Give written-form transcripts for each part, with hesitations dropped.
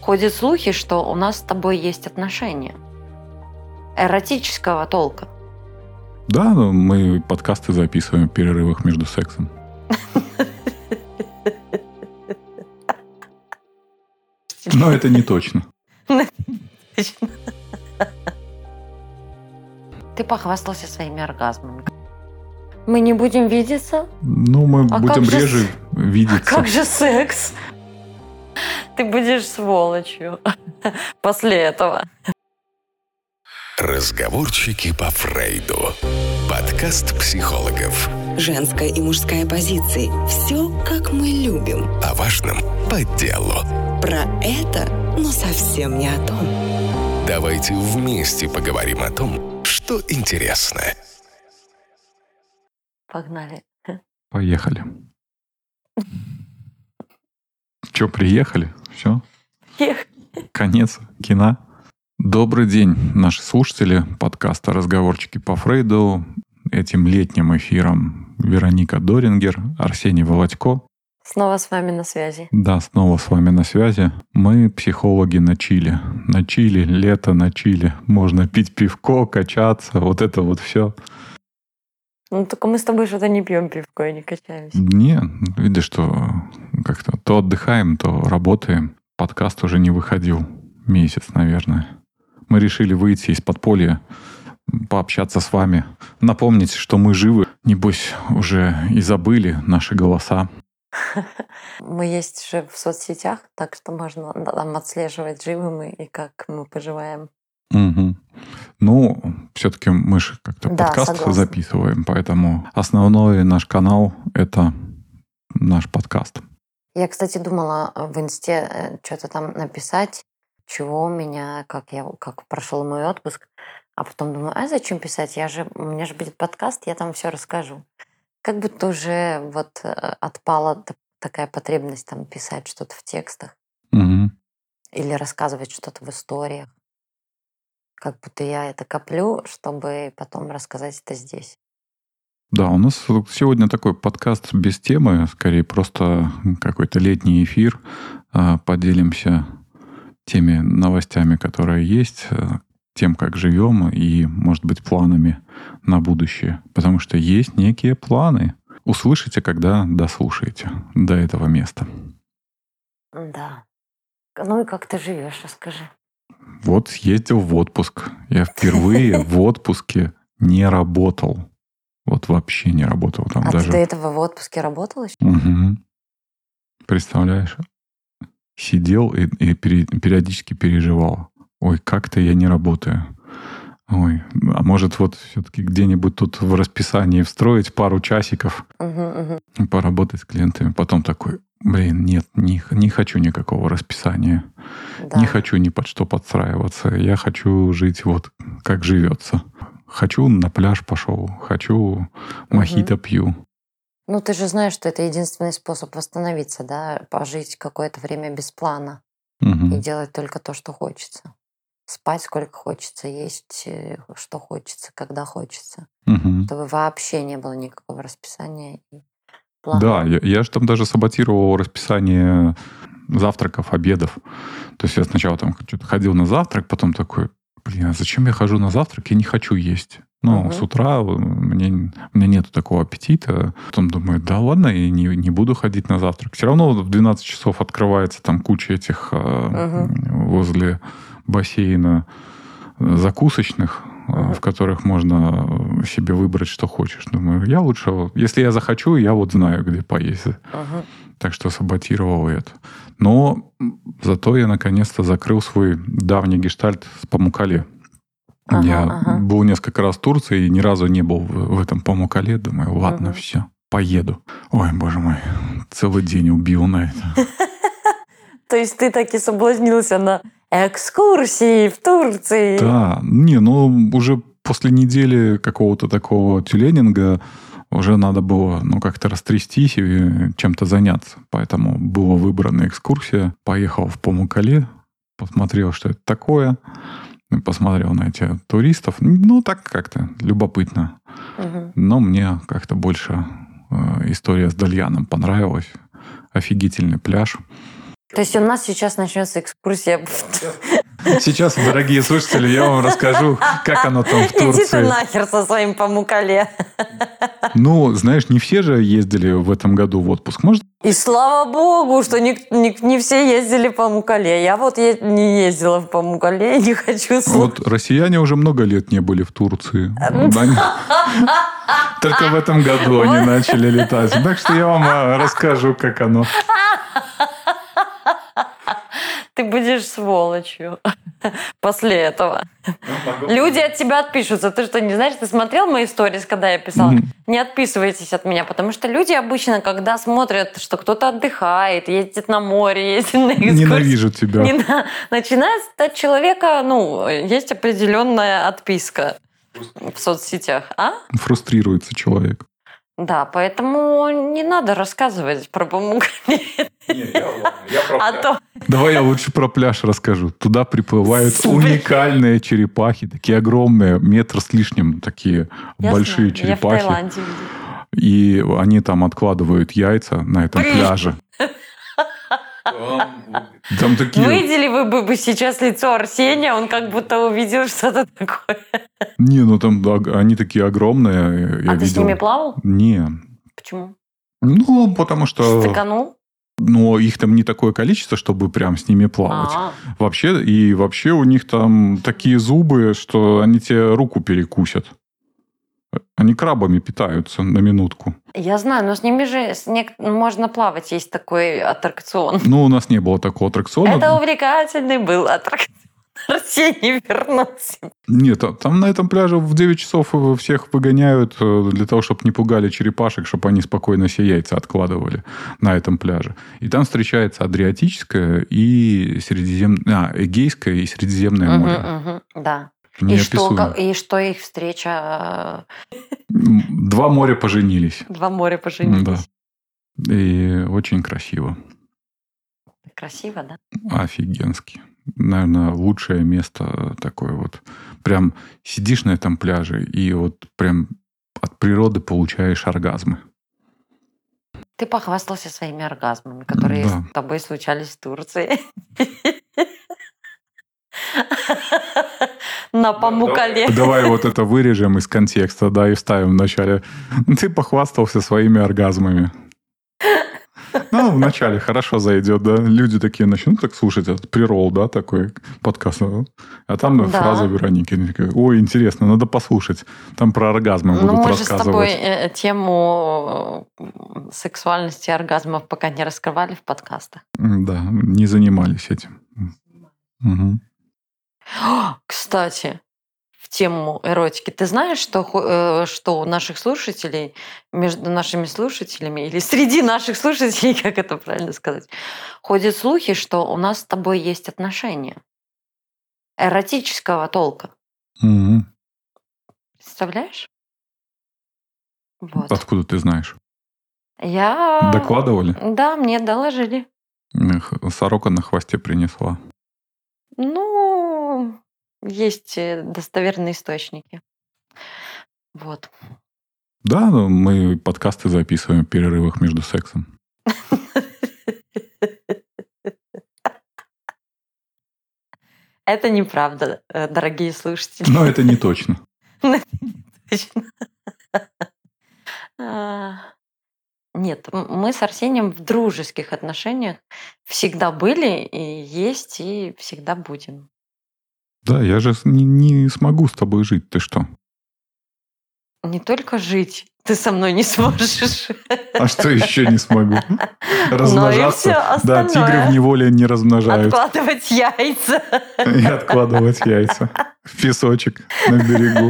Ходят слухи, что у нас с тобой есть отношения. Эротического толка. Да, мы подкасты записываем в перерывах между сексом. Но это не точно. Ты похвастался своими оргазмами. Мы не будем видеться? Ну, мы будем реже видеться. Как же секс? Ты будешь сволочью после этого. Разговорчики по Фрейду. Подкаст психологов. Женская и мужская позиции. Все, как мы любим. О важном по делу. Про это, но совсем не о том. Давайте вместе поговорим о том, что интересно. Погнали. Поехали. Че, приехали? Все? Конец кино. Добрый день, наши слушатели подкаста «Разговорчики по Фрейду». Этим летним эфиром Вероника Дорингер, Арсений Володько. Снова с вами на связи. Да, снова с вами на связи. Мы психологи на чиле. На чиле, лето на чиле. Можно пить пивко, качаться, вот это вот все. Ну, только мы с тобой что-то не пьем пивко и не качаемся. Не, видишь, что как-то то отдыхаем, то работаем. Подкаст уже не выходил месяц, наверное. Мы решили выйти из подполья, пообщаться с вами, напомнить, что мы живы. Небось, уже и забыли наши голоса. Мы есть же в соцсетях, так что можно там отслеживать, живы мы и как мы поживаем. Угу. Ну, все-таки мы же как-то подкаст записываем, поэтому основной наш канал — это наш подкаст. Я, кстати, думала в инсте что-то там написать, чего у меня, как прошел мой отпуск, а потом думаю, зачем писать? У меня же будет подкаст, я там все расскажу. Как будто уже вот отпала такая потребность там писать что-то в текстах. Угу. Или рассказывать что-то в историях. Как будто я это коплю, чтобы потом рассказать это здесь. Да, у нас сегодня такой подкаст без темы, скорее просто какой-то летний эфир. Поделимся теми новостями, которые есть, тем, как живем, и, может быть, планами на будущее. Потому что есть некие планы. Услышите, когда дослушаете до этого места. Да. Ну и как ты живешь, расскажи. Вот съездил в отпуск. Я впервые в отпуске не работал. Вот вообще не работал. Там даже... ты до этого в отпуске работал еще? Угу. Представляешь? Сидел и периодически переживал. Ой, как-то я не работаю. Ой, а может вот все-таки где-нибудь тут в расписании встроить пару часиков, поработать с клиентами. Потом такой, нет, не хочу никакого расписания. Да. Не хочу ни под что подстраиваться. Я хочу жить вот как живется. Хочу на пляж пошел, хочу мохито пью. Ну, ты же знаешь, что это единственный способ восстановиться, да? Пожить какое-то время без плана и делать только то, что хочется. Спать сколько хочется, есть что хочется, когда хочется. Чтобы вообще не было никакого расписания и плана. Да, я же там даже саботировал расписание завтраков, обедов. То есть я сначала там что-то ходил на завтрак, потом такой, а зачем я хожу на завтрак? Я не хочу есть. С утра у меня нету такого аппетита. Потом думаю, да ладно, я не буду ходить на завтрак. Все равно в 12 часов открывается там куча этих возле бассейна закусочных, в которых можно себе выбрать, что хочешь. Думаю, я лучше... Если я захочу, я вот знаю, где поесть. Так что саботировал это. Но зато я наконец-то закрыл свой давний гештальт с Памуккале. Я был несколько раз в Турции и ни разу не был в этом Памуккале. Думаю, ладно, все, поеду. Ой, боже мой, целый день убил на это. То есть ты таки соблазнился на экскурсии в Турции? Да, уже после недели какого-то такого тюленинга уже надо было как-то растрястись и чем-то заняться. Поэтому была выбрана экскурсия. Поехал в Памуккале, посмотрел, что это такое. Посмотрел на этих туристов. Так как-то любопытно. Но мне как-то больше история с Дальяном понравилась. Офигительный пляж. То есть у нас сейчас начнется экскурсия. Сейчас, дорогие слушатели, я вам расскажу, как оно там в Турции. Иди ты нахер со своим Памуккале. Ну, знаешь, не все же ездили в этом году в отпуск. Может? И слава богу, что не все ездили по Памуккале. Я вот не ездила в Памуккале, не хочу слушать. Вот россияне уже много лет не были в Турции. Только в этом году они начали летать. Так что я вам расскажу, как оно. Ты будешь сволочью после этого. Люди от тебя отпишутся. Ты что, не знаешь? Ты смотрел мои сторис, когда я писала? Не отписывайтесь от меня, потому что люди обычно, когда смотрят, что кто-то отдыхает, ездит на море, ездит на экскурсии... Ненавижут тебя. Начинает стать человека, есть определенная отписка в соцсетях. Фрустрируется человек. Да, поэтому не надо рассказывать про Памуккале. Давай я лучше про пляж расскажу. Туда приплывают уникальные черепахи, такие огромные, метр с лишним, такие большие черепахи. Я в Таиланде видела. И они там откладывают яйца на этом пляже. Там такие... Видели вы бы сейчас лицо Арсения, он как будто увидел что-то такое. Не, там они такие огромные. Ты с ними плавал? Не. Почему? Потому что... Стыканул? Но их там не такое количество, чтобы прям с ними плавать. Вообще у них там такие зубы, что они тебе руку перекусят. Они крабами питаются, на минутку. Я знаю, но с ними же можно плавать, есть такой аттракцион. У нас не было такого аттракциона. Это увлекательный был аттракцион. Арсений вернулся. Нет, там на этом пляже в 9 часов всех выгоняют для того, чтобы не пугали черепашек, чтобы они спокойно все яйца откладывали на этом пляже. И там встречается Адриатическое и Эгейское и Средиземное море. Да. Неописуемо. И что их встреча... 2 моря поженились. 2 моря поженились. Да. И очень красиво. Красиво, да? Офигенски. Наверное, лучшее место такое вот. Прям сидишь на этом пляже и вот прям от природы получаешь оргазмы. Ты похвастался своими оргазмами, которые с тобой случались в Турции. На Памуккале. Давай вот это вырежем из контекста, и вставим в начале. Ты похвастался своими оргазмами. Вначале хорошо зайдет, да. Люди такие начнут так слушать, этот прирол, да, такой подкаст. А там фраза Вероники. Ой, интересно, надо послушать. Там про оргазмы будут рассказывать. Мы же с тобой тему сексуальности и оргазмов пока не раскрывали в подкастах. Да, не занимались этим. Угу. Кстати, в тему эротики. Ты знаешь, что у наших слушателей, между нашими слушателями, или среди наших слушателей, как это правильно сказать, ходят слухи, что у нас с тобой есть отношения эротического толка. Угу. Представляешь? Вот. Откуда ты знаешь? Я... Докладывали? Да, мне доложили. Сорока на хвосте принесла. Есть достоверные источники. Вот. Да, мы подкасты записываем в перерывах между сексом. Это неправда, дорогие слушатели. Но это не точно. Нет, мы с Арсением в дружеских отношениях всегда были, и есть, и всегда будем. Да, я же не смогу с тобой жить. Ты что? Не только жить ты со мной не сможешь. А что еще не смогу? Размножаться? Да, тигры в неволе не размножаются. Откладывать яйца. И откладывать яйца. В песочек на берегу.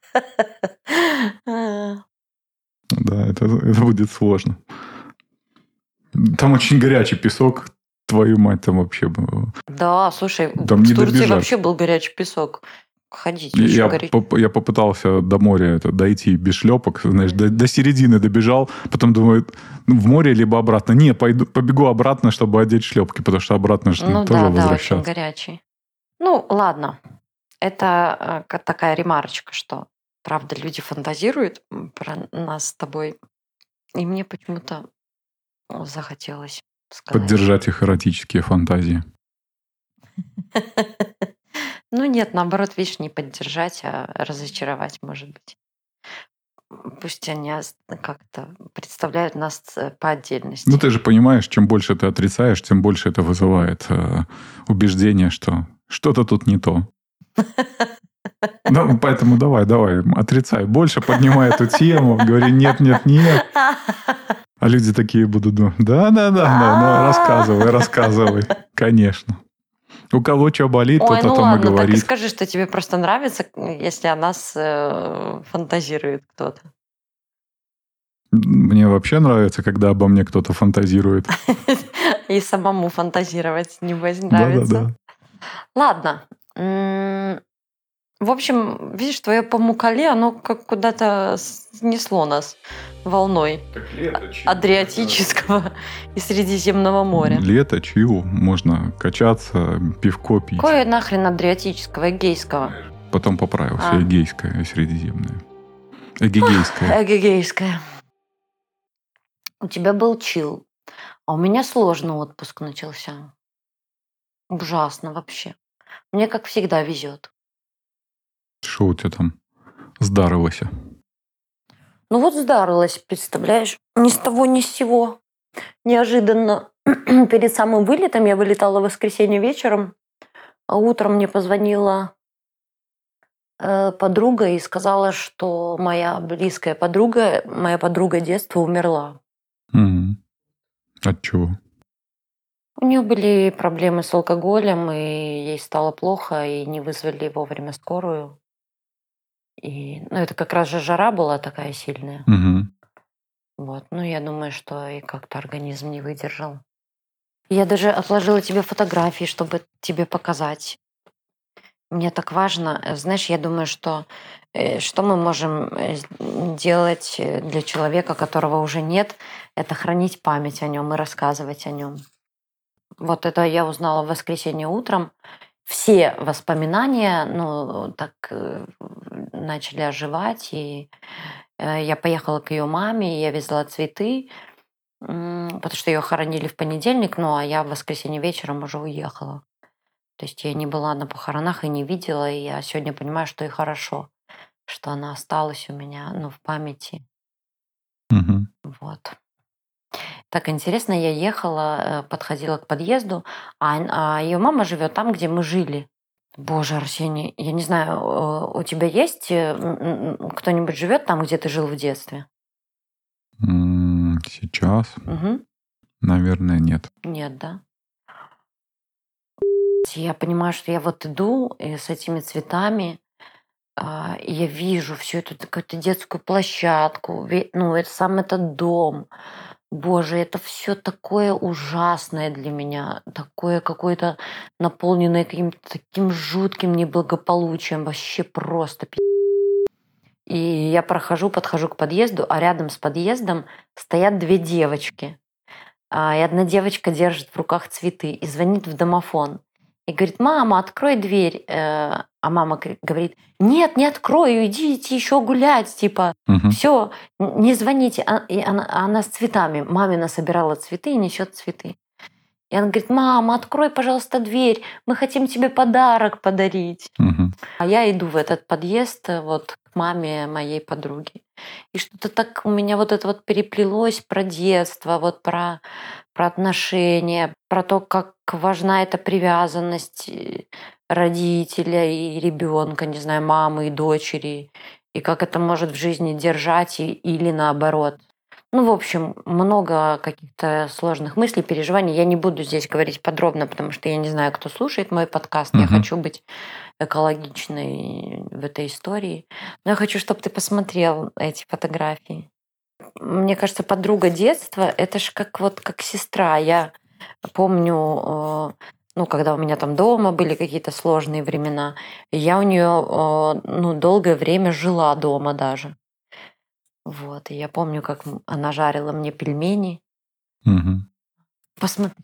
Да, это будет сложно. Там очень горячий песок. Твою мать, там вообще было. Да, слушай, там в Турции вообще был горячий песок. Ходить я попытался до моря дойти без шлепок, знаешь, до середины добежал, потом думаю, в море либо обратно. Не, побегу обратно, чтобы одеть шлепки, потому что обратно же тоже возвращаться. Да, очень горячий. Ладно. Это такая ремарочка, что, правда, люди фантазируют про нас с тобой, и мне почему-то захотелось сказать. Поддержать их эротические фантазии. Ну нет, наоборот, видишь, не поддержать, а разочаровать, может быть. Пусть они как-то представляют нас по отдельности. Ну, ты же понимаешь, чем больше ты отрицаешь, тем больше это вызывает убеждение, что что-то тут не то. Ну, поэтому давай, отрицай. Больше поднимай эту тему, говори нет. А люди такие будут думать, да, ну, рассказывай. Конечно. У кого что болит, Ой, тот ну о том и ладно, так и говорит. скажи, что тебе просто нравится, если о нас фантазирует кто-то. Мне вообще нравится, когда обо мне кто-то фантазирует. И самому фантазировать, небось, нравится. Да. Ладно. В общем, видишь, твое помукале, оно как куда-то снесло нас волной Адриатического и Средиземного моря. Лето, чил, можно качаться, пивко пить. Какое нахрен Адриатического, Эгейского? Потом поправился, Эгейское и Средиземное. Эгегейское. У тебя был чил, а у меня сложный отпуск начался. Ужасно вообще. Мне, как всегда, везет. Что у тебя там здарилось? Ну вот здарилось, представляешь, ни с того ни с сего. Неожиданно перед самым вылетом, я вылетала в воскресенье вечером, а утром мне позвонила подруга и сказала, что моя близкая подруга, моя подруга детства умерла. От чего? У нее были проблемы с алкоголем, и ей стало плохо, и не вызвали вовремя скорую. И, это как раз же жара была такая сильная. Вот. Я думаю, что и как-то организм не выдержал. Я даже отложила тебе фотографии, чтобы тебе показать. Мне так важно. Знаешь, я думаю, что мы можем делать для человека, которого уже нет, это хранить память о нем и рассказывать о нем. Вот это я узнала в воскресенье утром. Все воспоминания, так начали оживать, и я поехала к ее маме, я везла цветы, потому что ее хоронили в понедельник, а я в воскресенье вечером уже уехала. То есть я не была на похоронах и не видела, и я сегодня понимаю, что и хорошо, что она осталась у меня, в памяти. Вот. Так интересно, я ехала, подходила к подъезду, а ее мама живет там, где мы жили. Боже, Арсений, я не знаю, у тебя есть кто-нибудь живет там, где ты жил в детстве? Сейчас? Наверное, нет. Нет, да? Я понимаю, что я вот иду с этими цветами, и я вижу всю эту какую-то детскую площадку, сам этот дом. Боже, это все такое ужасное для меня, такое какое-то наполненное каким-то таким жутким неблагополучием, вообще просто И я подхожу к подъезду, а рядом с подъездом стоят две девочки. И одна девочка держит в руках цветы и звонит в домофон. И говорит: мама, открой дверь. А мама говорит: нет, не открою, идите еще гулять, все, не звоните. И она с цветами. Мамина собирала цветы и несет цветы. И она говорит: мама, открой, пожалуйста, дверь, мы хотим тебе подарок подарить. А я иду в этот подъезд вот к маме моей подруги. И что-то так у меня вот это вот переплелось про детство, вот про отношения, про то, как важна эта привязанность родителя и ребенка, не знаю, мамы и дочери, и как это может в жизни держать или наоборот. В общем, много каких-то сложных мыслей, переживаний. Я не буду здесь говорить подробно, потому что я не знаю, кто слушает мой подкаст. Я хочу быть экологичной в этой истории. Но я хочу, чтобы ты посмотрел эти фотографии. Мне кажется, подруга детства — это ж как сестра. Я помню, когда у меня там дома были какие-то сложные времена, я у нее долгое время жила дома даже. Вот, и я помню, как она жарила мне пельмени. Посмотри.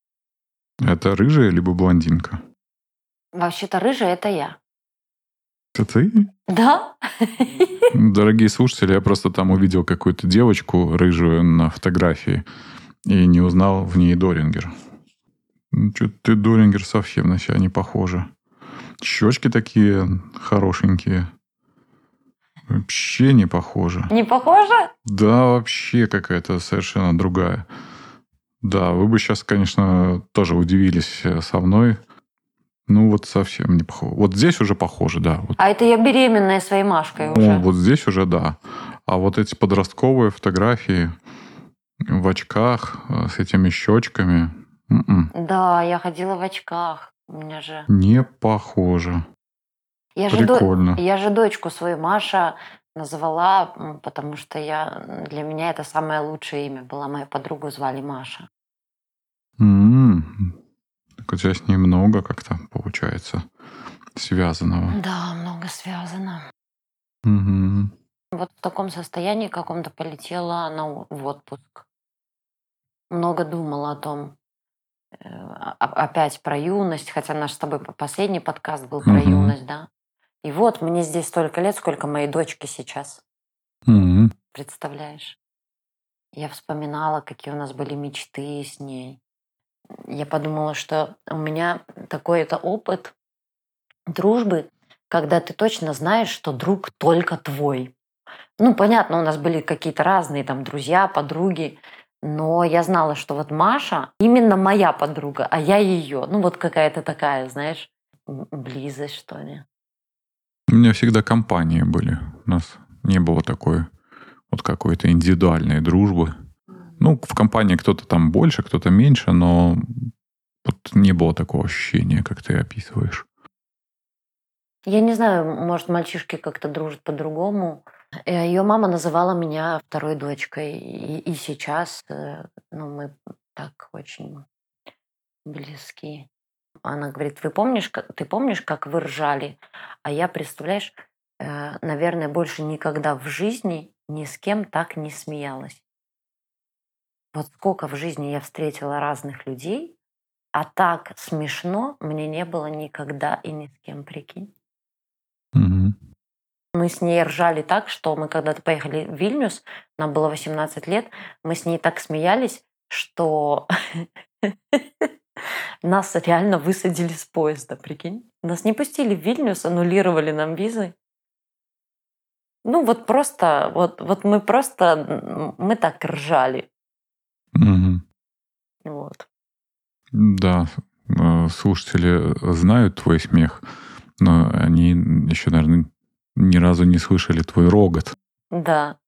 Это рыжая либо блондинка? Вообще-то рыжая — это я. Это ты? Да? Дорогие слушатели, я просто там увидел какую-то девочку рыжую на фотографии и не узнал в ней Дорингер. Что-то ты, Дорингер, совсем на себя не похожа. Щечки такие хорошенькие. Вообще не похожа. Не похоже? Да, вообще какая-то совершенно другая. Да, вы бы сейчас, конечно, тоже удивились со мной. Ну, вот совсем не похоже. Вот здесь уже похоже, да. Вот. А это я беременная своей Машкой Ну, уже. вот здесь уже да. А вот эти подростковые фотографии в очках с этими щечками Да, я ходила в очках. У меня же... не похоже. Прикольно. Я же дочку свою Маша назвала, потому что для меня это самое лучшее имя было. Мою подругу звали Маша. Так у тебя с ней много как-то получается связанного. Да, много связано. Угу. Вот в таком состоянии каком-то полетела в отпуск. Много думала о том, опять про юность, хотя наш с тобой последний подкаст был про юность, да? И вот мне здесь столько лет, сколько моей дочке сейчас. Представляешь? Я вспоминала, какие у нас были мечты с ней. Я подумала, что у меня такой-то опыт дружбы, когда ты точно знаешь, что друг только твой. Ну, понятно, у нас были какие-то разные там друзья, подруги, но я знала, что вот Маша именно моя подруга, а я ее. Ну, вот какая-то такая, знаешь, близость, что ли. У меня всегда компании были. У нас не было такой вот какой-то индивидуальной дружбы. Ну, в компании кто-то там больше, кто-то меньше, но вот не было такого ощущения, как ты описываешь. Я не знаю, может, мальчишки как-то дружат по-другому. Ее мама называла меня второй дочкой. И сейчас мы так очень близки. Она говорит, ты помнишь, как вы ржали? А я, представляешь, наверное, больше никогда в жизни ни с кем так не смеялась. Вот сколько в жизни я встретила разных людей, а так смешно мне не было никогда и ни с кем, прикинь. Угу. Мы с ней ржали так, что мы когда-то поехали в Вильнюс, нам было 18 лет, мы с ней так смеялись, что нас реально высадили с поезда, прикинь. Нас не пустили в Вильнюс, аннулировали нам визы. Ну вот просто, мы так ржали. Угу. Вот. Да, слушатели знают твой смех, но они еще, наверное, ни разу не слышали твой рогот. Да.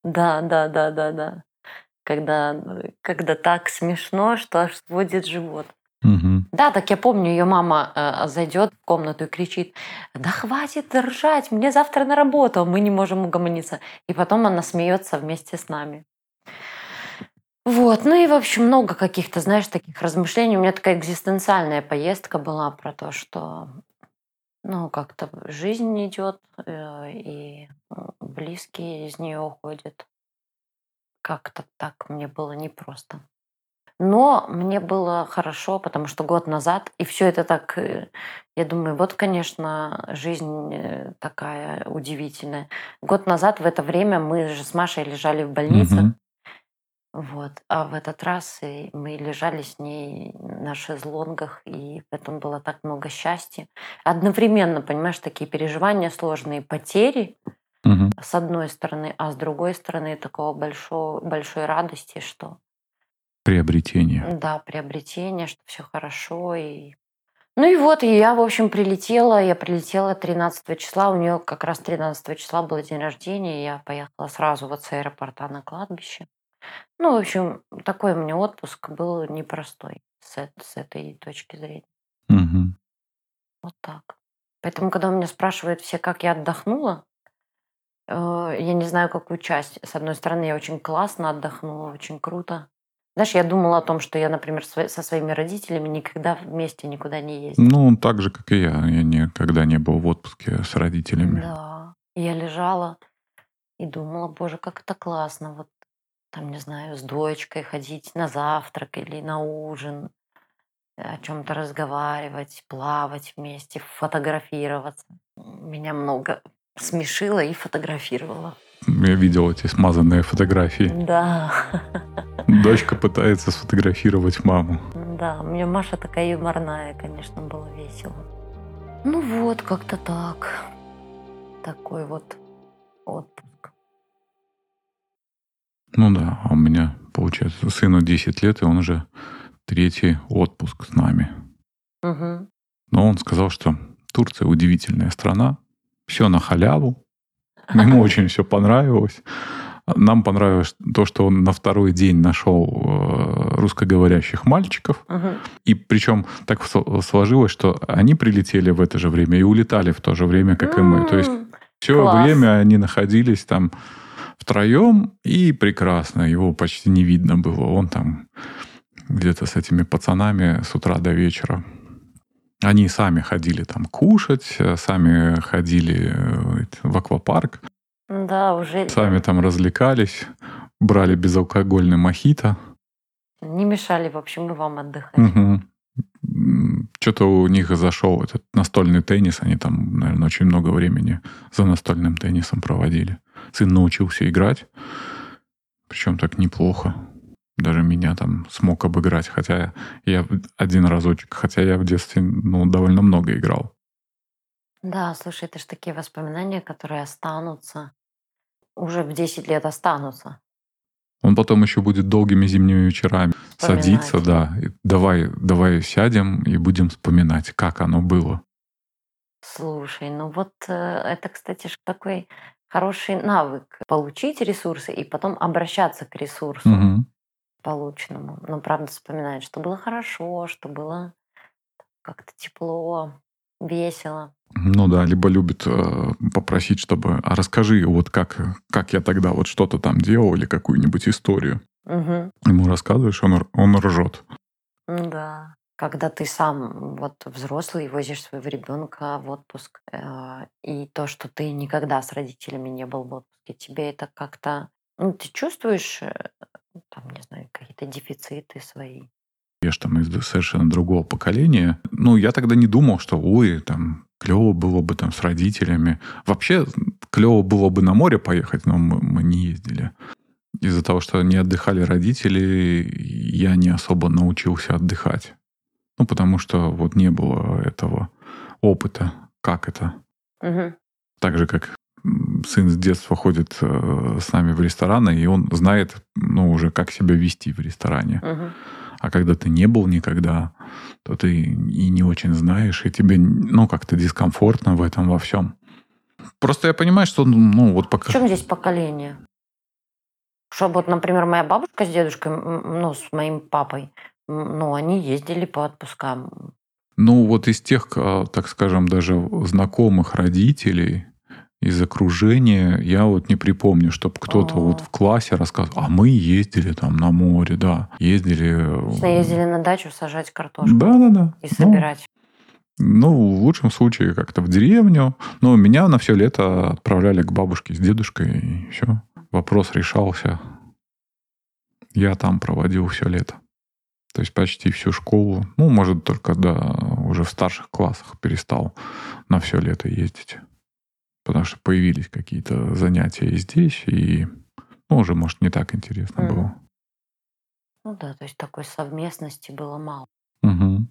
Когда так смешно, что аж сводит живот. Угу. Да, так я помню, ее мама зайдет в комнату и кричит, да хватит ржать, мне завтра на работу, мы не можем угомониться. И потом она смеется вместе с нами. Вот, ну и, в общем, много каких-то, знаешь, таких размышлений. У меня такая экзистенциальная поездка была про то, что, как-то жизнь идет, и близкие из нее уходят. Как-то так мне было непросто. Но мне было хорошо, потому что год назад, и все это так, я думаю, вот, конечно, жизнь такая удивительная. Год назад в это время мы же с Машей лежали в больнице, вот, а в этот раз мы лежали с ней на шезлонгах, и в этом было так много счастья. Одновременно, понимаешь, такие переживания сложные, потери, с одной стороны, а с другой стороны такого большой радости, что... Приобретение. Да, приобретение, что все хорошо. Ну и вот, и я, в общем, прилетела. Я прилетела 13 числа. У нее как раз 13 числа был день рождения. И я поехала сразу вот с аэропорта на кладбище. Ну, в общем, такой у меня отпуск был непростой с этой точки зрения. Угу. Вот так. Поэтому, когда у меня спрашивают все, как я отдохнула, я не знаю, какую часть. С одной стороны, я очень классно отдохнула, очень круто. Знаешь, я думала о том, что я, например, со своими родителями никогда вместе никуда не ездила. Ну, так же, как и я. Я никогда не был в отпуске с родителями. Да. Я лежала и думала, боже, как это классно. Вот там, не знаю, с дочкой ходить на завтрак или на ужин, о чем-то разговаривать, плавать вместе, фотографироваться. Меня много смешила и фотографировала. Я видел эти смазанные фотографии. Да. Дочка пытается сфотографировать маму. Да, у меня Маша такая юморная, конечно, было весело. Ну вот, как-то так. Такой вот отпуск. Ну да, а у меня, получается, сыну 10 лет, и он уже 3-й отпуск с нами. Угу. Но он сказал, что Турция удивительная страна, все на халяву. Ему очень все понравилось. Нам понравилось то, что он на второй день нашел русскоговорящих мальчиков. Угу. И причем так сложилось, что они прилетели в это же время и улетали в то же время, как и мы. То есть все Класс. время они находились там втроем, и прекрасно. Его почти не видно было. Он там где-то с этими пацанами с утра до вечера. Они сами ходили там кушать, сами ходили в аквапарк. Да, уже Сами там развлекались, брали безалкогольный мохито. не мешали, в общем, и вам отдыхать. Угу. Что-то у них зашел этот настольный теннис. Они там, наверное, очень много времени за настольным теннисом проводили. Сын научился играть. Причем так неплохо. Даже меня там смог обыграть. Хотя я один разочек. Хотя я в детстве довольно много играл. Да, слушай, это же такие воспоминания, которые останутся. Уже в 10 лет останутся. Он потом еще будет долгими зимними вечерами Вспоминать. садиться, да. И давай сядем и будем вспоминать, как оно было. Слушай, ну вот это, кстати, такой хороший навык. Получить ресурсы и потом обращаться к ресурсу Угу. полученному. Но правда вспоминать, что было хорошо, что было как-то тепло, весело. Ну да, либо любит попросить, чтобы а расскажи, вот как я тогда вот что-то там делал или какую-нибудь историю. Угу. Ему рассказываешь, он ржет. Да. Когда ты сам вот взрослый возишь своего ребенка в отпуск, и то, что ты никогда с родителями не был в отпуске, тебе это как-то... Ну, ты чувствуешь, там, не знаю, какие-то дефициты свои. Я ж там из совершенно другого поколения. Ну, я тогда не думал, что, ой, там, клево было бы там с родителями. Вообще, клево было бы на море поехать, но мы не ездили. Из-за того, что не отдыхали родители, я не особо научился отдыхать. Ну, потому что вот не было этого опыта, как это. Угу. Так же, как сын с детства ходит с нами в рестораны, и он знает, уже как себя вести в ресторане. Угу. А когда ты не был никогда, то ты и не очень знаешь, и тебе, как-то дискомфортно в этом во всем. Просто я понимаю, что, вот В пока... чем здесь поколение? Что вот, например, моя бабушка с дедушкой, с моим папой, они ездили по отпускам. Вот из тех, так скажем, даже знакомых родителей, из окружения, я вот не припомню, чтобы кто-то вот в классе рассказывал, а мы ездили там на море, да, ездили... Ездили на дачу сажать картошку. Да. И собирать. В лучшем случае как-то в деревню. Но меня на все лето отправляли к бабушке с дедушкой, и все. Вопрос решался. Я там проводил все лето. То есть почти всю школу. Может, только уже в старших классах перестал на все лето ездить. Потому что появились какие-то занятия и здесь, и уже, может, не так интересно было. Ну да, то есть такой совместности было мало. Угу.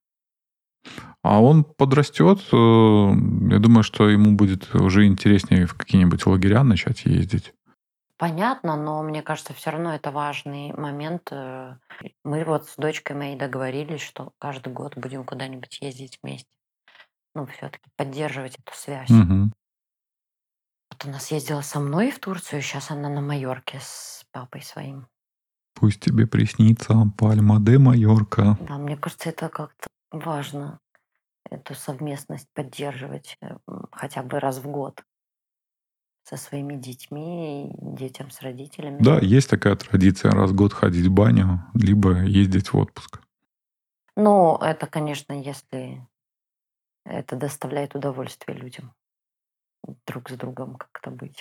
А он подрастет, я думаю, что ему будет уже интереснее в какие-нибудь лагеря начать ездить. Понятно, но мне кажется, все равно это важный момент. Мы вот с дочкой моей договорились, что каждый год будем куда-нибудь ездить вместе. Все-таки поддерживать эту связь. Угу. Вот она съездила со мной в Турцию, сейчас она на Майорке с папой своим. Пусть тебе приснится Пальма де Майорка. Да, мне кажется, это как-то важно, эту совместность поддерживать хотя бы раз в год со своими детьми и детям с родителями. Да, есть такая традиция раз в год ходить в баню, либо ездить в отпуск. Это, конечно, если это доставляет удовольствие людям друг с другом как-то быть.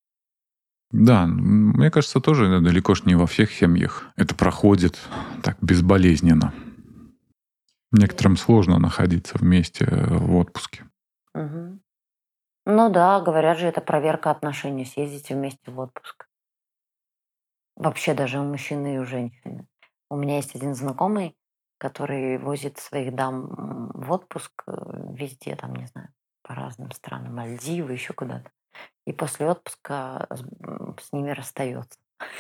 Да, мне кажется, тоже далеко ж не во всех семьях это проходит так безболезненно. Некоторым сложно находиться вместе в отпуске. Угу. Ну да, говорят же, это проверка отношений. Съездите вместе в отпуск. Вообще даже у мужчины и у женщины. У меня есть один знакомый, который возит своих дам в отпуск везде, там, не знаю, по разным странам, Мальдивы, еще куда-то. И после отпуска с ними расстается.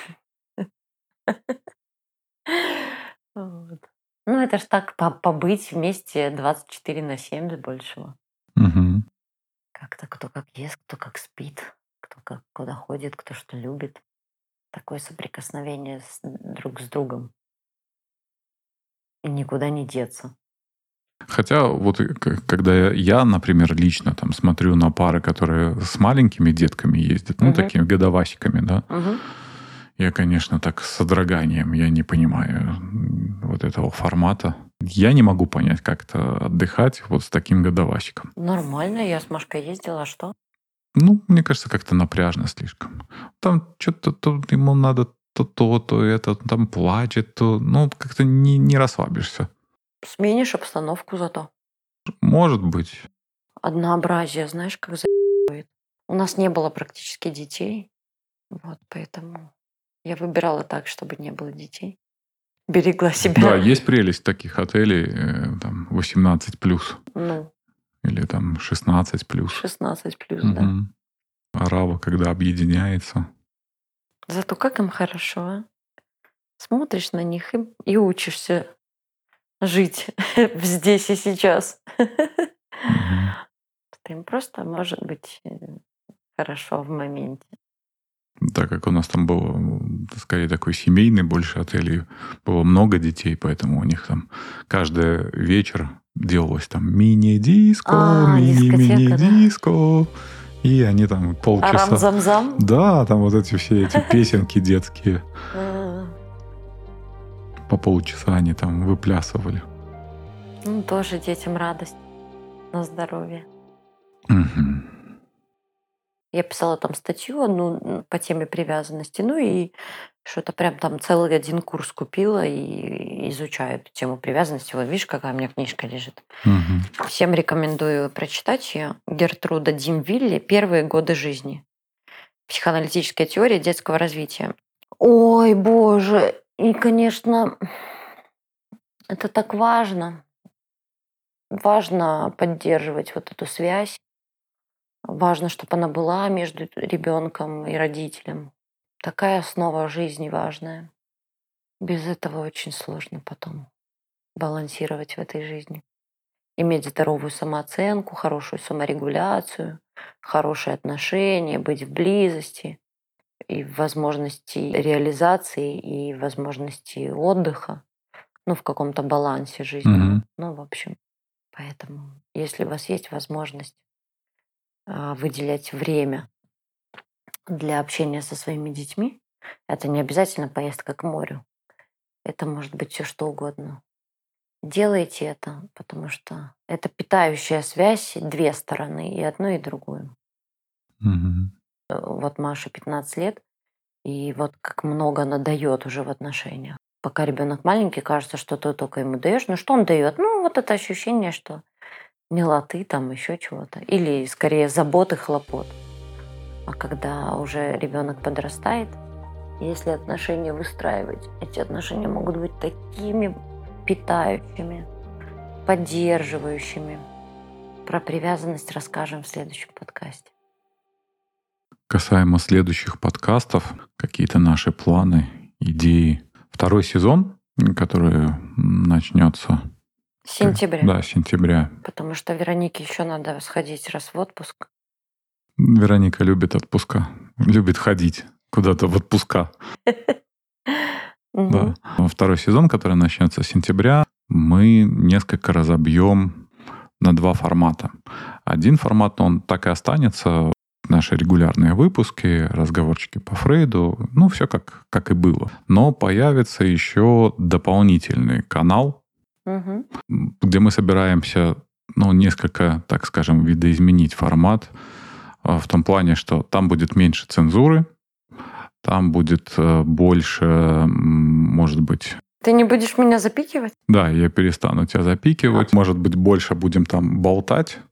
Вот. Ну, это ж так, побыть вместе 24/7 с большего. Мгм. Как-то кто как ест, кто как спит, кто как куда ходит, кто что любит. Такое соприкосновение друг с другом. И никуда не деться. Хотя вот когда я, например, лично там смотрю на пары, которые с маленькими детками ездят, ну, Мгм. такими годовасиками, да, Мгм. я, конечно, так с содроганием, я не понимаю вот этого формата. Я не могу понять, как это отдыхать вот с таким годовасиком. Нормально, я с Машкой ездила, а что? Ну, мне кажется, как-то напряжно слишком. Там что-то ему надо то, это, там плачет, то, ну, как-то не расслабишься. Сменишь обстановку зато. Может быть. Однообразие, знаешь, как заебывает. У нас не было практически детей. Вот, поэтому я выбирала так, чтобы не было детей. Берегла Да, себя. есть прелесть таких отелей, там, 18+, Ну, или там 16+. 16+, да. Мгм. Арава, когда объединяется. Зато как им хорошо, а? Смотришь на них и учишься жить здесь и сейчас. Мгм. Что им просто может быть хорошо в моменте. Так как у нас там было, скорее, такой семейный больше отель, было много детей, поэтому у них там каждый вечер делалось там мини-диско, Дискотека, да. мини-диско. И они там полчаса... Арам-зам-зам. Да, там вот эти все эти песенки детские. По полчаса они там выплясывали. Ну, тоже детям радость на здоровье. Мгм. Я писала там статью одну по теме привязанности, ну и что-то прям там целый один курс купила и изучаю эту тему привязанности. Вот видишь, какая у меня книжка лежит. Мгм. Всем рекомендую прочитать ее. Гертруда Димвилли «Первые годы жизни. Психоаналитическая теория детского развития». Ой, боже, и, конечно, это так важно. Важно поддерживать вот эту связь. Важно, чтобы она была между ребенком и родителем. Такая основа жизни важная. Без этого очень сложно потом балансировать в этой жизни. Иметь здоровую самооценку, хорошую саморегуляцию, хорошие отношения, быть в близости и в возможности реализации, и возможности отдыха, ну, в каком-то балансе жизненном. Мгм. Ну, в общем, поэтому, если у вас есть возможность выделять время для общения со своими детьми, это не обязательно поездка к морю. Это может быть все что угодно. Делайте это, потому что это питающая связь, две стороны, и одну, и другую. Мгм. Вот Маше 15 лет, и вот как много она дает уже в отношениях. Пока ребенок маленький, кажется, что ты только ему даешь. Ну что он дает? Ну вот это ощущение, что милоты там, еще чего-то. Или скорее заботы, хлопот. А когда уже ребенок подрастает, если отношения выстраивать, эти отношения могут быть такими питающими, поддерживающими. Про привязанность расскажем в следующем подкасте. Касаемо следующих подкастов, какие-то наши планы, идеи. 2 сезон, который начнется... С сентября. Да, с сентября. Потому что Веронике еще надо сходить раз в отпуск. Вероника любит отпуска. Любит ходить куда-то в отпуска. Да. 2 сезон, который начнется с сентября, мы несколько разобьем на 2 формата. Один формат, он так и останется. Наши регулярные выпуски, разговорчики по Фрейду, ну, все как и было. Но появится еще дополнительный канал, где мы собираемся, ну, несколько, так скажем, видоизменить формат в том плане, что там будет меньше цензуры, там будет больше, может быть... Ты не будешь меня запикивать? Да, я перестану тебя запикивать. Может быть, больше будем там болтать.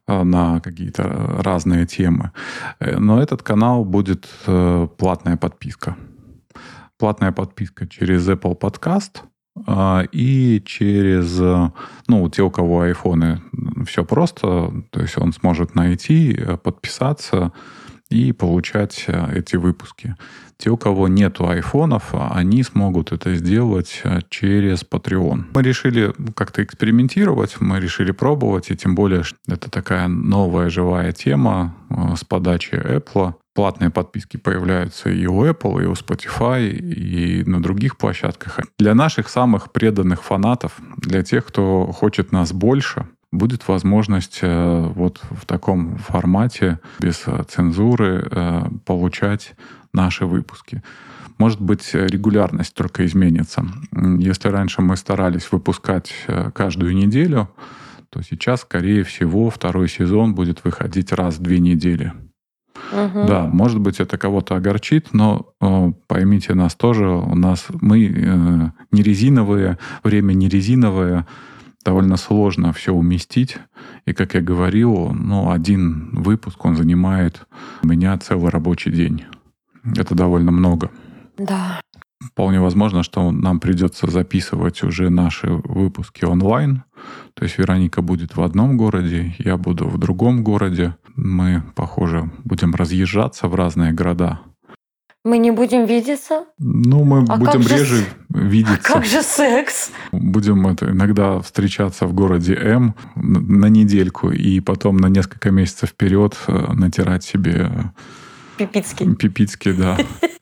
на какие-то разные темы. Но этот канал будет платная подписка. Платная подписка через Apple Podcast и через, те, у кого айфоны, все просто. То есть он сможет найти, подписаться и получать эти выпуски. Те, у кого нету айфонов, они смогут это сделать через Patreon. Мы решили как-то экспериментировать, мы решили пробовать, и тем более это такая новая живая тема с подачи Apple. Платные подписки появляются и у Apple, и у Spotify, и на других площадках. Для наших самых преданных фанатов, для тех, кто хочет нас больше, будет возможность вот в таком формате, без цензуры, получать наши выпуски. Может быть, регулярность только изменится. Если раньше мы старались выпускать каждую неделю, то сейчас, скорее всего, второй сезон будет выходить раз в 2 недели. Угу. Да, может быть, это кого-то огорчит, но поймите нас тоже, мы не резиновые, время не резиновое, довольно сложно все уместить. И, как я говорил, один выпуск, он занимает у меня целый рабочий день. Это довольно много. Да. Вполне возможно, что нам придется записывать уже наши выпуски онлайн. То есть Вероника будет в одном городе, я буду в другом городе. Мы, похоже, будем разъезжаться в разные города. Мы не будем видеться? Мы будем реже видеться. Как же секс? Будем иногда встречаться в городе М на недельку и потом на несколько месяцев вперед натирать себе... Пипицки, да.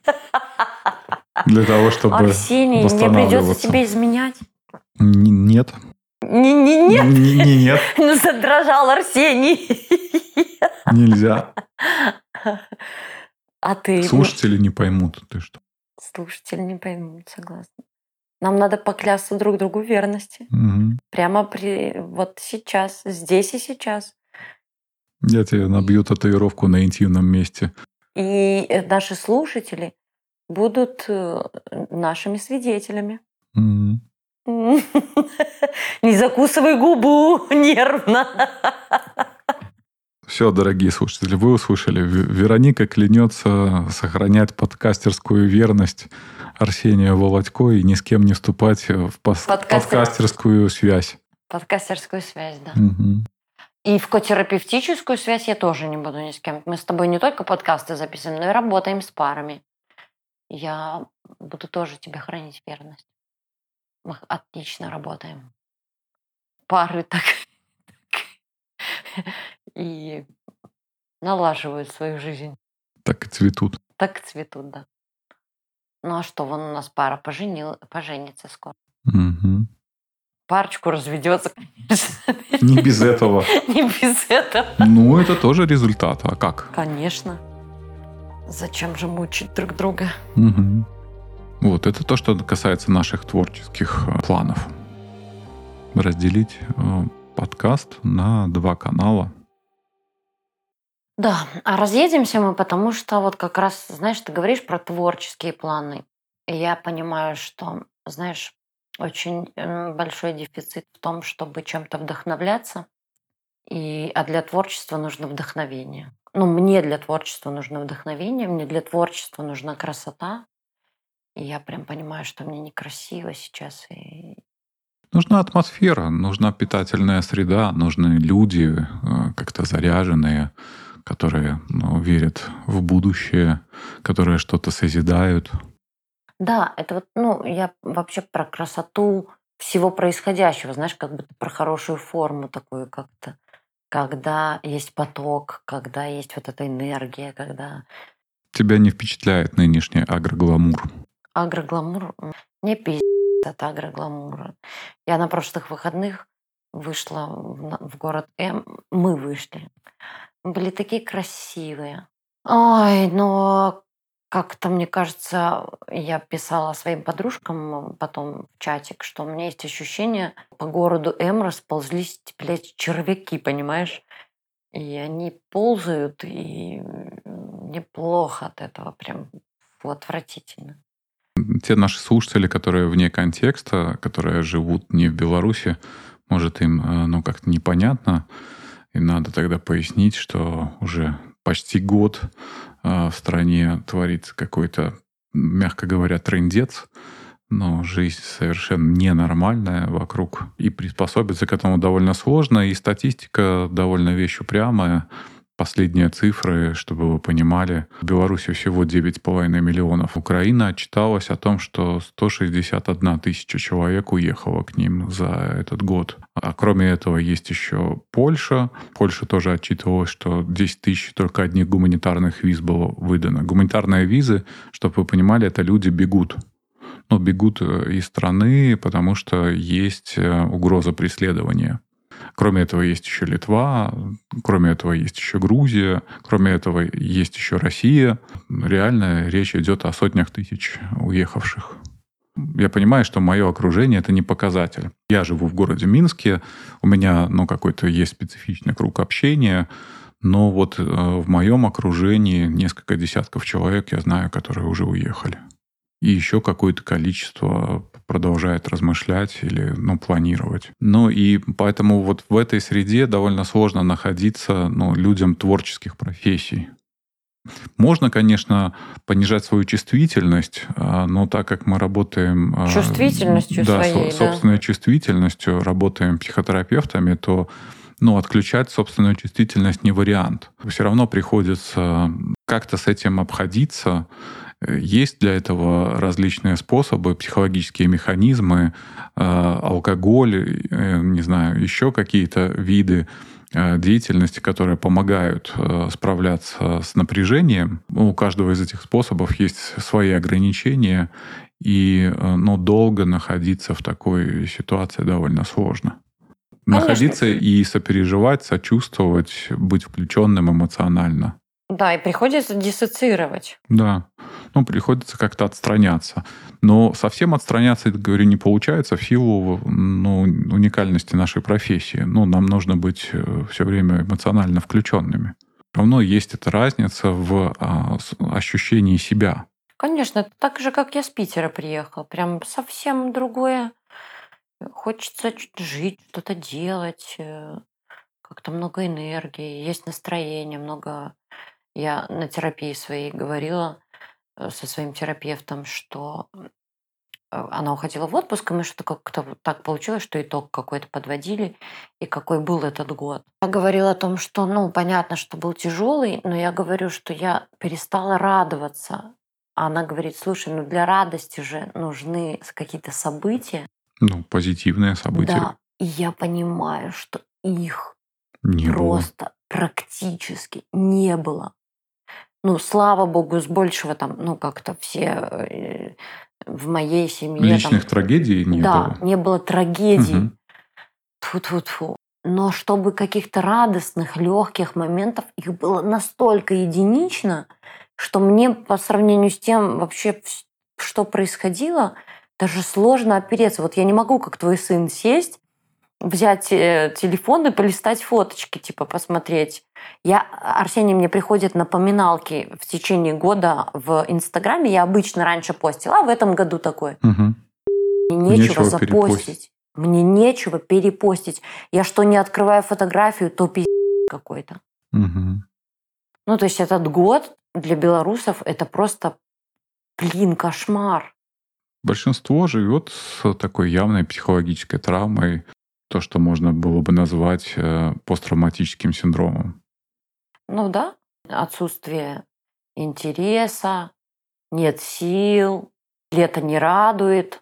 Для того, чтобы Арсений, мне придется тебе изменять? Нет. Нет? Нет. Задрожал Арсений. Нельзя. А ты... Слушатели не поймут. Ты что? Слушатели не поймут, согласна. Нам надо поклясться друг другу в верности. Угу. Прямо вот сейчас, здесь и сейчас. Я тебе набью татуировку на интимном месте. И наши слушатели будут нашими свидетелями. Угу. Не закусывай губу нервно. Все, дорогие слушатели, вы услышали. Вероника клянется сохранять подкастерскую верность Арсения Володько и ни с кем не вступать в подкастерскую связь. Подкастерскую связь, да. Угу. И в котерапевтическую связь я тоже не буду ни с кем. Мы с тобой не только подкасты записываем, но и работаем с парами. Я буду тоже тебе хранить верность. Мы отлично работаем. Пары так и налаживают свою жизнь. Так и цветут. Так и цветут, да. Ну а что, вон у нас пара поженится скоро. Угу. Парочку разведется, конечно. Не без этого. Не без этого. Это тоже результат. А как? Конечно. Зачем же мучить друг друга? Угу. Вот, это то, что касается наших творческих планов. Разделить подкаст на 2 канала. Да, а разъедемся мы, потому что вот как раз, знаешь, ты говоришь про творческие планы. И я понимаю, что, знаешь, очень большой дефицит в том, чтобы чем-то вдохновляться. А для творчества нужно вдохновение. Мне для творчества нужно вдохновение, мне для творчества нужна красота. И я прям понимаю, что мне некрасиво сейчас. Нужна атмосфера, нужна питательная среда, нужны люди как-то заряженные, которые верят в будущее, которые что-то созидают. Да, это я вообще про красоту всего происходящего, знаешь, как будто про хорошую форму такую как-то, когда есть поток, когда есть вот эта энергия, когда... Тебя не впечатляет нынешний агрогламур? Агрогламур? Не пиздец от агрогламура. Я на прошлых выходных вышла в город М. Мы вышли. Были такие красивые. Ой, но как-то, мне кажется, я писала своим подружкам потом в чатик, что у меня есть ощущение, по городу М расползлись, блядь, червяки, понимаешь? И они ползают, и мне плохо от этого, прям отвратительно. Те наши слушатели, которые вне контекста, которые живут не в Беларуси, может, им как-то непонятно. И надо тогда пояснить, что уже почти год в стране творится какой-то, мягко говоря, трындец, но жизнь совершенно ненормальная вокруг. И приспособиться к этому довольно сложно, и статистика довольно вещь упрямая. Последние цифры, чтобы вы понимали, в Беларуси всего 9,5 миллионов. Украина отчиталась о том, что 161 тысяча человек уехало к ним за этот год. А кроме этого есть еще Польша. Польша тоже отчитывалась, что 10 тысяч только одних гуманитарных виз было выдано. Гуманитарные визы, чтобы вы понимали, это люди бегут. Бегут из страны, потому что есть угроза преследования. Кроме этого есть еще Литва, кроме этого есть еще Грузия, кроме этого есть еще Россия. Реально речь идет о сотнях тысяч уехавших. Я понимаю, что мое окружение — это не показатель. Я живу в городе Минске, у меня какой-то есть специфичный круг общения, но вот в моем окружении несколько десятков человек я знаю, которые уже уехали. И еще какое-то количество продолжает размышлять или планировать. И поэтому вот в этой среде довольно сложно находиться людям творческих профессий. Можно, конечно, понижать свою чувствительность, но так как мы работаем... Чувствительностью своей, собственной чувствительностью, работаем психотерапевтами, то отключать собственную чувствительность не вариант. Все равно приходится как-то с этим обходиться. Есть для этого различные способы, психологические механизмы, алкоголь, не знаю, еще какие-то виды деятельности, которые помогают справляться с напряжением. У каждого из этих способов есть свои ограничения, и долго находиться в такой ситуации довольно сложно. Конечно. Находиться и сопереживать, сочувствовать, быть включенным эмоционально. Да, и приходится диссоциировать. Да, приходится как-то отстраняться. Но совсем отстраняться, говорю, не получается в силу уникальности нашей профессии. Нам нужно быть все время эмоционально включенными. Равно есть эта разница в ощущении себя. Конечно, это так же, как я с Питера приехала. Прям совсем другое. Хочется жить, что-то делать. Как-то много энергии, есть настроение, много... Я на терапии своей говорила со своим терапевтом, что она уходила в отпуск, и мы что-то как-то так получилось, что итог какой-то подводили, и какой был этот год. Я говорила о том, что, понятно, что был тяжелый, но я говорю, что я перестала радоваться. А она говорит, слушай, для радости же нужны какие-то события. Позитивные события. Да, и я понимаю, что их не просто было. Практически не было. Слава богу, с большего как-то все в моей семье... Личных трагедий не было? Да, не было трагедий. Тьфу-тьфу-тьфу. Но чтобы каких-то радостных, легких моментов, их было настолько единично, что мне по сравнению с тем вообще, что происходило, даже сложно опереться. Вот я не могу, как твой сын, сесть, взять телефон и полистать фоточки, посмотреть. Арсений мне приходит напоминалки в течение года в Инстаграме. Я обычно раньше постила, а в этом году такое. Мне нечего запостить. Мне нечего перепостить. Я что, не открываю фотографию, то пиздец какой-то. То есть этот год для белорусов это просто, кошмар. Большинство живет с такой явной психологической травмой, то, что можно было бы назвать посттравматическим синдромом. Да. Отсутствие интереса, нет сил, лето не радует.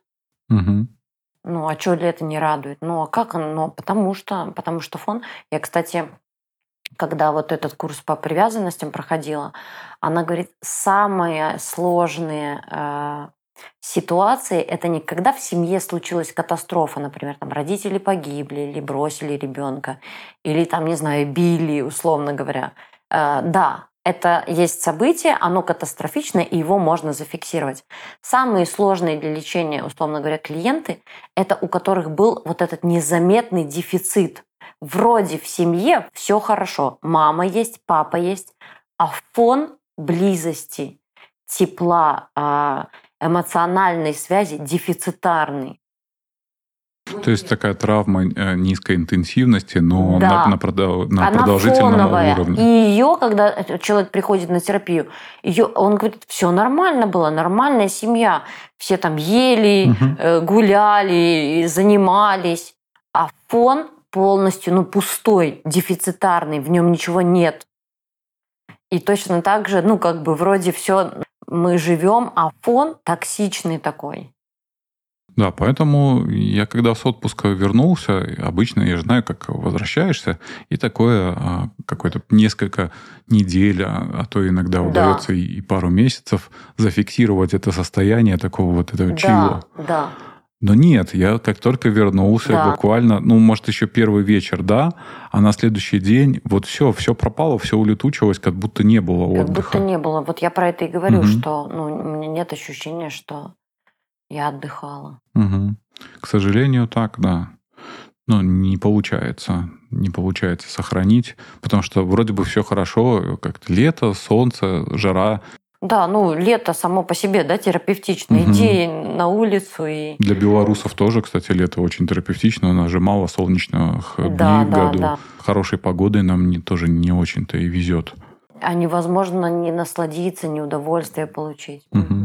А что лето не радует? А как оно? Потому что фон... Я, кстати, когда вот этот курс по привязанностям проходила, она говорит, самые сложные ситуации — это не когда в семье случилась катастрофа, например, родители погибли или бросили ребенка, или не знаю, били, условно говоря. Да, это есть событие, оно катастрофичное, и его можно зафиксировать. Самые сложные для лечения, условно говоря, клиенты — это у которых был вот этот незаметный дефицит. Вроде в семье все хорошо, мама есть, папа есть, а фон близости, тепла, эмоциональной связи дефицитарный. То есть такая травма низкой интенсивности, но Да. на Она продолжительном фоновая. уровне. И ее, когда человек приходит на терапию, он говорит, все нормально было, нормальная семья. Все там ели, гуляли, занимались. А фон полностью пустой, дефицитарный, в нем ничего нет. И точно так же, вроде все мы живем, а фон токсичный такой. Да, поэтому я когда с отпуска вернулся, обычно я же знаю, как возвращаешься, и такое какое-то несколько недель, а то иногда удается и пару месяцев зафиксировать это состояние такого вот этого чила. Да. Но нет, я как только вернулся, буквально, может, еще первый вечер, да, а на следующий день вот все пропало, все улетучилось, как будто не было отдыха. Как будто не было. Вот я про это и говорю, что у меня нет ощущения, что я отдыхала. К сожалению, так, да. Не получается сохранить, потому что вроде бы все хорошо, как-то лето, солнце, жара. Да, лето само по себе, да, терапевтично. Иди на улицу и... Для белорусов тоже, кстати, лето очень терапевтично. У нас же мало солнечных дней в году. Да. Хорошей погодой нам тоже не очень-то и везет. А невозможно не насладиться, не удовольствие получить.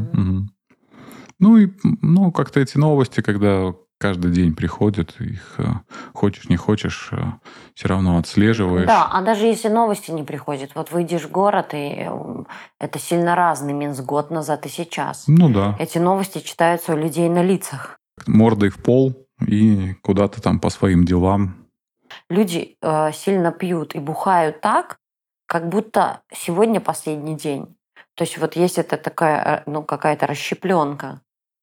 Как-то эти новости, когда каждый день приходят, их хочешь не хочешь, все равно отслеживаешь. Да, а даже если новости не приходят, вот выйдешь в город, и это сильно разный Минск год назад и сейчас. Да. Эти новости читаются у людей на лицах. Мордой в пол и куда-то там по своим делам. Люди сильно пьют и бухают так, как будто сегодня последний день. То есть вот есть это такая, какая-то расщепленка.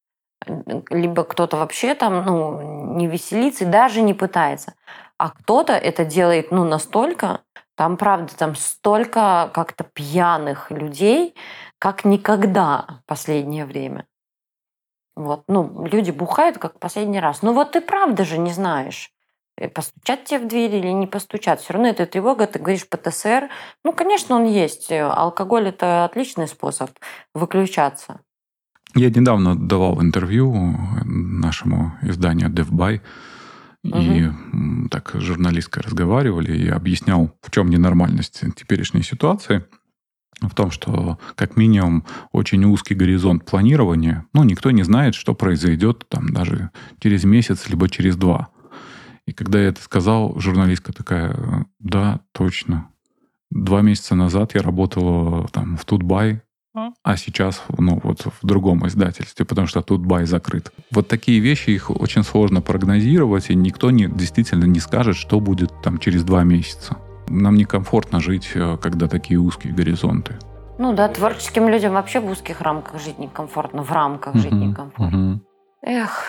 Либо кто-то вообще там, не веселится и даже не пытается. А кто-то это делает, настолько, там, правда, там столько как-то пьяных людей, как никогда в последнее время. Вот, люди бухают, как в последний раз. Ты правда же не знаешь, постучат тебе в дверь или не постучат. Все равно это тревога, ты говоришь ПТСР. Конечно, он есть. Алкоголь – это отличный способ выключаться. Я недавно давал интервью нашему изданию DevBuy, и так с журналисткой разговаривали, и объяснял, в чем ненормальность теперешней ситуации. В том, что как минимум очень узкий горизонт планирования, никто не знает, что произойдет там даже через месяц, либо через 2. И когда я это сказал, журналистка такая, да, точно. 2 месяца назад я работала там в Тутбай, а сейчас в другом издательстве, потому что Тутбай закрыт. Вот такие вещи, их очень сложно прогнозировать, и никто действительно не скажет, что будет там через 2 месяца. Нам некомфортно жить, когда такие узкие горизонты. Творческим людям вообще в узких рамках жить некомфортно, в рамках жить некомфортно. Эх.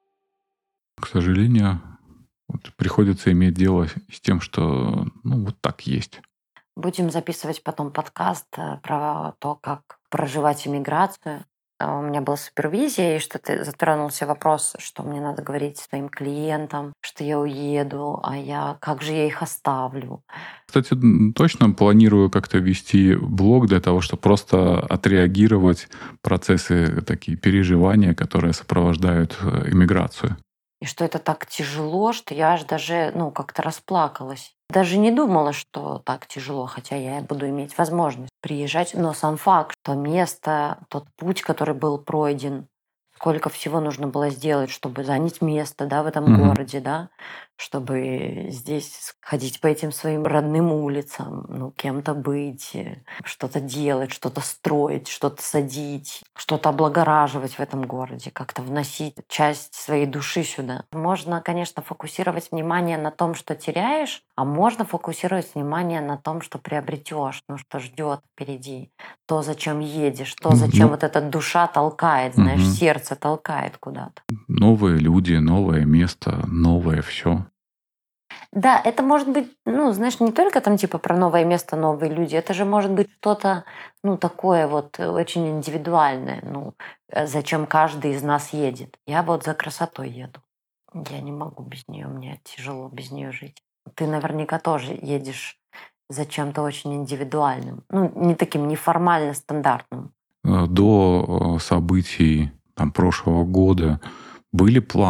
К сожалению, приходится иметь дело с тем, что вот так есть. Будем записывать потом подкаст про то, как проживать иммиграцию. У меня была супервизия, и что-то затронулся вопрос, что мне надо говорить своим клиентам, что я уеду, как же я их оставлю. Кстати, точно планирую как-то вести блог для того, чтобы просто отреагировать процессы, такие переживания, которые сопровождают иммиграцию. И что это так тяжело, что я аж даже как-то расплакалась. Даже не думала, что так тяжело, хотя я буду иметь возможность приезжать. Но сам факт, то место, тот путь, который был пройден, сколько всего нужно было сделать, чтобы занять место, в этом городе, чтобы здесь ходить по этим своим родным улицам, кем-то быть, что-то делать, что-то строить, что-то садить, что-то облагораживать в этом городе, как-то вносить часть своей души сюда. Можно, конечно, фокусировать внимание на том, что теряешь, а можно фокусировать внимание на том, что приобретешь, что ждет впереди, то, зачем едешь, то, зачем вот эта душа толкает, знаешь, сердце толкает куда-то. Новые люди, новое место, новое все. Да, это может быть, не только там типа про новое место, новые люди, это же может быть что-то, такое вот очень индивидуальное, зачем каждый из нас едет. Я вот за красотой еду. Я не могу без нее, мне тяжело без нее жить. Ты наверняка тоже едешь за чем-то очень индивидуальным, не таким неформально стандартным. До событий прошлого года были планы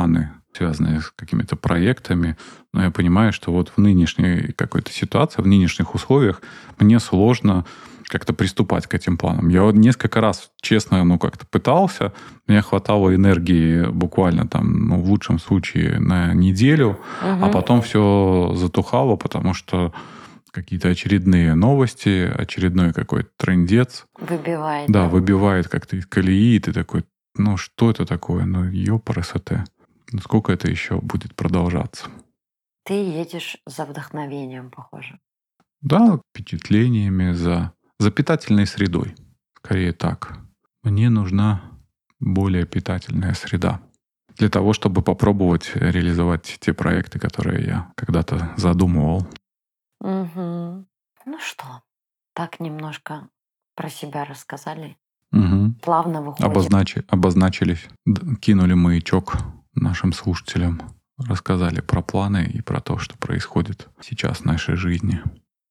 связанные с какими-то проектами. Но я понимаю, что вот в нынешней какой-то ситуации, в нынешних условиях мне сложно как-то приступать к этим планам. Я вот несколько раз, честно, как-то пытался. Мне хватало энергии буквально там, в лучшем случае, на неделю, а потом все затухало, потому что какие-то очередные новости, очередной какой-то трындец. Выбивает. Да, выбивает как-то из колеи, и ты такой, что это такое? Ёпарасоте. Сколько это еще будет продолжаться? Ты едешь за вдохновением, похоже. Да, впечатлениями, за питательной средой. Скорее так. Мне нужна более питательная среда для того, чтобы попробовать реализовать те проекты, которые я когда-то задумывал. Ну что, так немножко про себя рассказали. Плавно выходит. Обозначились, кинули маячок нашим слушателям, рассказали про планы и про то, что происходит сейчас в нашей жизни.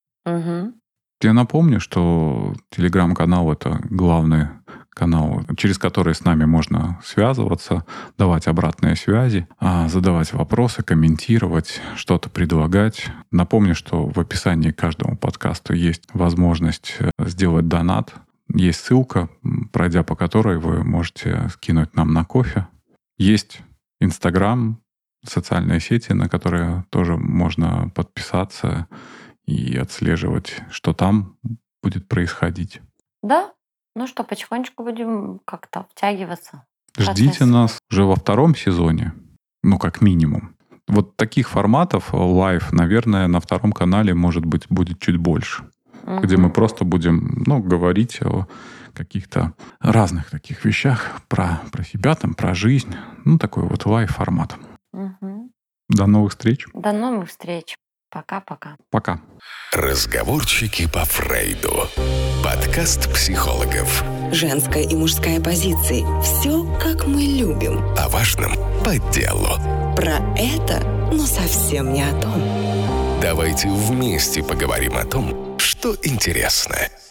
Я напомню, что Телеграм-канал — это главный канал, через который с нами можно связываться, давать обратные связи, задавать вопросы, комментировать, что-то предлагать. Напомню, что в описании к каждому подкасту есть возможность сделать донат. Есть ссылка, пройдя по которой вы можете скинуть нам на кофе. Есть Инстаграм, социальные сети, на которые тоже можно подписаться и отслеживать, что там будет происходить. Да. Ну что, потихонечку будем как-то втягиваться. Ждите нас уже во 2 сезоне, как минимум. Вот таких форматов лайв, наверное, на 2 канале, может быть, будет чуть больше. Где мы просто будем, говорить о каких-то разных таких вещах, про себя, про жизнь. Такой вот лайв-формат. До новых встреч. До новых встреч. Пока-пока. Пока. Разговорчики по Фрейду. Подкаст психологов. Женская и мужская позиции. Все, как мы любим. О важном по делу. Про это, но совсем не о том. Давайте вместе поговорим о том, что интересно.